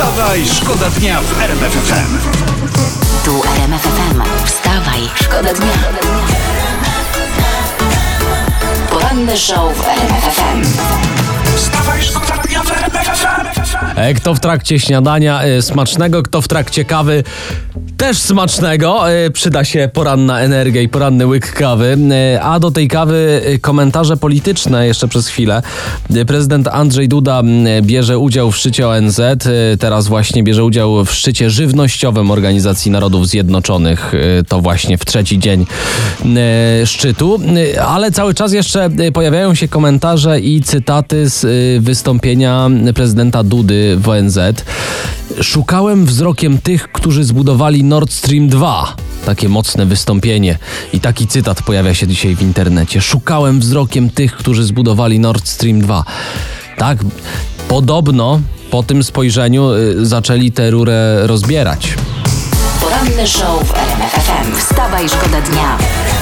Wstawaj, szkoda dnia w RMF FM. Tu RMF FM. Wstawaj, szkoda dnia. Poranny show w RMF FM. Wstawaj, szkoda dnia w RMF FM. Kto w trakcie śniadania smacznego, kto w trakcie kawy też smacznego, przyda się poranna energia i poranny łyk kawy. A do tej kawy komentarze polityczne jeszcze przez chwilę. Prezydent Andrzej Duda bierze udział w szczycie ONZ. Teraz właśnie bierze udział w szczycie żywnościowym Organizacji Narodów Zjednoczonych. To właśnie w trzeci dzień szczytu. Ale cały czas jeszcze pojawiają się komentarze i cytaty z wystąpienia prezydenta Dudy w ONZ. Szukałem wzrokiem tych, którzy zbudowali Nord Stream 2. Takie mocne wystąpienie. I taki cytat pojawia się dzisiaj w internecie. Szukałem wzrokiem tych, którzy zbudowali Nord Stream 2. Tak, podobno po tym spojrzeniu zaczęli tę rurę rozbierać. Poranny show w RMF FM. Wstawaj, szkoda dnia.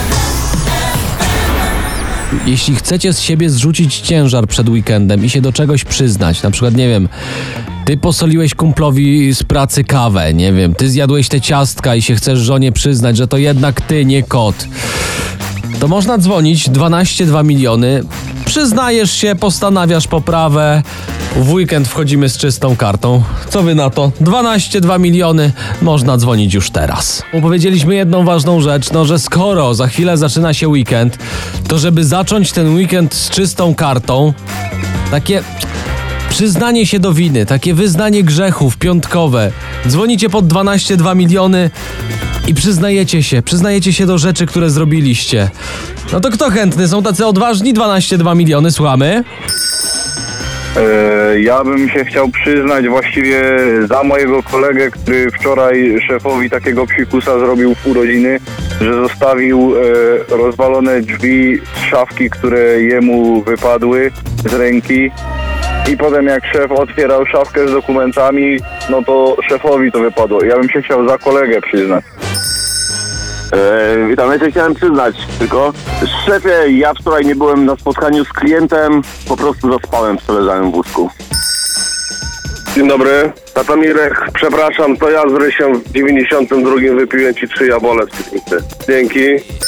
Jeśli chcecie z siebie zrzucić ciężar przed weekendem i się do czegoś przyznać, na przykład, nie wiem, ty posoliłeś kumplowi z pracy kawę, nie wiem, ty zjadłeś te ciastka i się chcesz żonie przyznać, że to jednak ty, nie kot, to można dzwonić 12 miliony, przyznajesz się, postanawiasz poprawę, w weekend wchodzimy z czystą kartą. Co wy na to? 12 miliony, można dzwonić już teraz. Powiedzieliśmy jedną ważną rzecz, że skoro za chwilę zaczyna się weekend, to żeby zacząć ten weekend z czystą kartą, takie przyznanie się do winy, takie wyznanie grzechów piątkowe, dzwonicie pod 12 miliony i przyznajecie się do rzeczy, które zrobiliście. No to kto chętny? Są tacy odważni? 12 miliony, słuchamy. Ja bym się chciał przyznać właściwie za mojego kolegę, który wczoraj szefowi takiego psikusa zrobił w urodziny, że zostawił rozwalone drzwi z szafki, które jemu wypadły z ręki. I potem jak szef otwierał szafkę z dokumentami, no to szefowi to wypadło. Ja bym się chciał za kolegę przyznać. Witam, ja się chciałem przyznać, tylko szefie, ja wczoraj nie byłem na spotkaniu z klientem, po prostu zaspałem w przeleżanym wózku. Dzień dobry, tata Mirek, przepraszam, to ja z Rysiem w 92 wypiłem ci 3 jabole w piwnicy. Dzięki.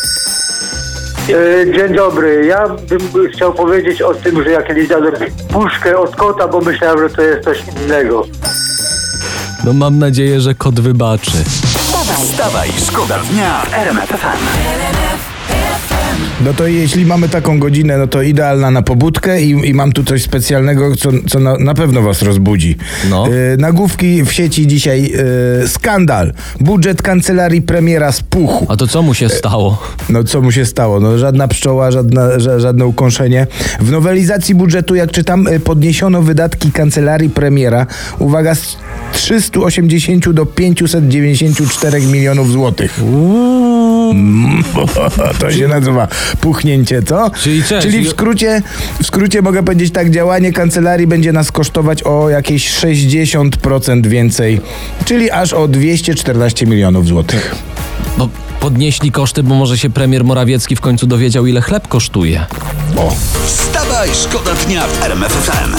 Dzień dobry, ja bym chciał powiedzieć o tym, że ja kiedyś jadłem puszkę od kota, bo myślałem, że to jest coś innego. No mam nadzieję, że kot wybaczy. Wstawaj, szkoda dnia w RMF FM. No to jeśli mamy taką godzinę, no to idealna na pobudkę i mam tu coś specjalnego, co na pewno was rozbudzi. No. Nagłówki w sieci dzisiaj. Skandal. Budżet kancelarii premiera spuchł. A to co mu się stało? No co mu się stało? No żadna pszczoła, żadne ukąszenie. W nowelizacji budżetu, jak czytam, podniesiono wydatki kancelarii premiera, uwaga, z 380 do 594 milionów złotych. To się nazywa puchnięcie, co? Czyli w skrócie mogę powiedzieć tak, działanie kancelarii będzie nas kosztować o jakieś 60% więcej, czyli aż o 214 milionów złotych. Bo podnieśli koszty, bo może się premier Morawiecki w końcu dowiedział, ile chleb kosztuje. Wstawaj, szkoda dnia w RMF FM.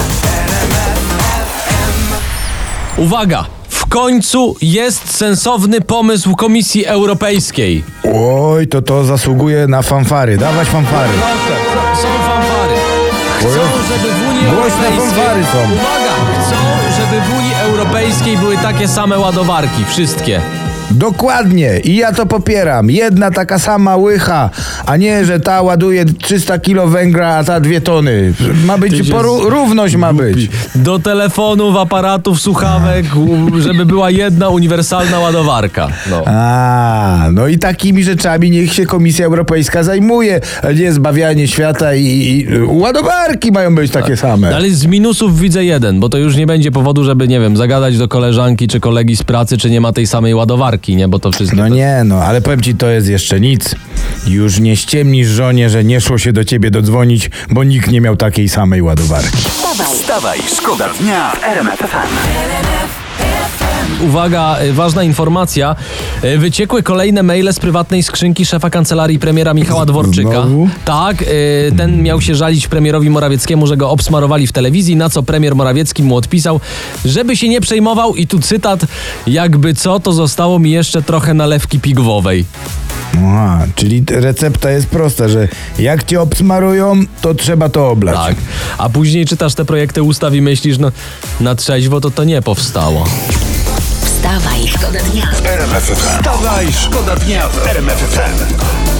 Uwaga! W końcu jest sensowny pomysł Komisji Europejskiej. Oj, to zasługuje na fanfary. Dawać fanfary. Proszę, są fanfary. Chcą, żeby w Unii Głośne Europejskiej... fanfary są. Uwaga! Chcą, żeby w Unii Europejskiej były takie same ładowarki. Wszystkie. Dokładnie. I ja to popieram. Jedna taka sama łycha, a nie, że ta ładuje 300 kilo węgla, a ta 2 tony. Ma być równość ma być. Do telefonów, aparatów, słuchawek, żeby była jedna uniwersalna ładowarka. No i takimi rzeczami niech się Komisja Europejska zajmuje, a nie zbawianie świata i ładowarki mają być takie same. Ale z minusów widzę jeden, bo to już nie będzie powodu, żeby, nie wiem, zagadać do koleżanki czy kolegi z pracy, czy nie ma tej samej ładowarki. Nie, bo to wszystko. Ale powiem ci, to jest jeszcze nic. Już nie ściemnisz żonie, że nie szło się do ciebie dodzwonić, bo nikt nie miał takiej samej ładowarki. Wstawaj, szkoda dnia w RMF FM. Uwaga, ważna informacja. Wyciekły kolejne maile z prywatnej skrzynki szefa kancelarii premiera Michała Dworczyka. Znowu? Tak, ten miał się żalić premierowi Morawieckiemu, że go obsmarowali w telewizji, na co premier Morawiecki mu odpisał, żeby się nie przejmował i tu cytat, jakby co, to zostało mi jeszcze trochę nalewki pigwowej. Aha, czyli recepta jest prosta, że jak cię obsmarują, to trzeba to oblać. Tak, a później czytasz te projekty ustaw i myślisz, no na trzeźwo to nie powstało. Wstawaj, szkoda dnia. Wstawaj, szkoda dnia w RMF FM.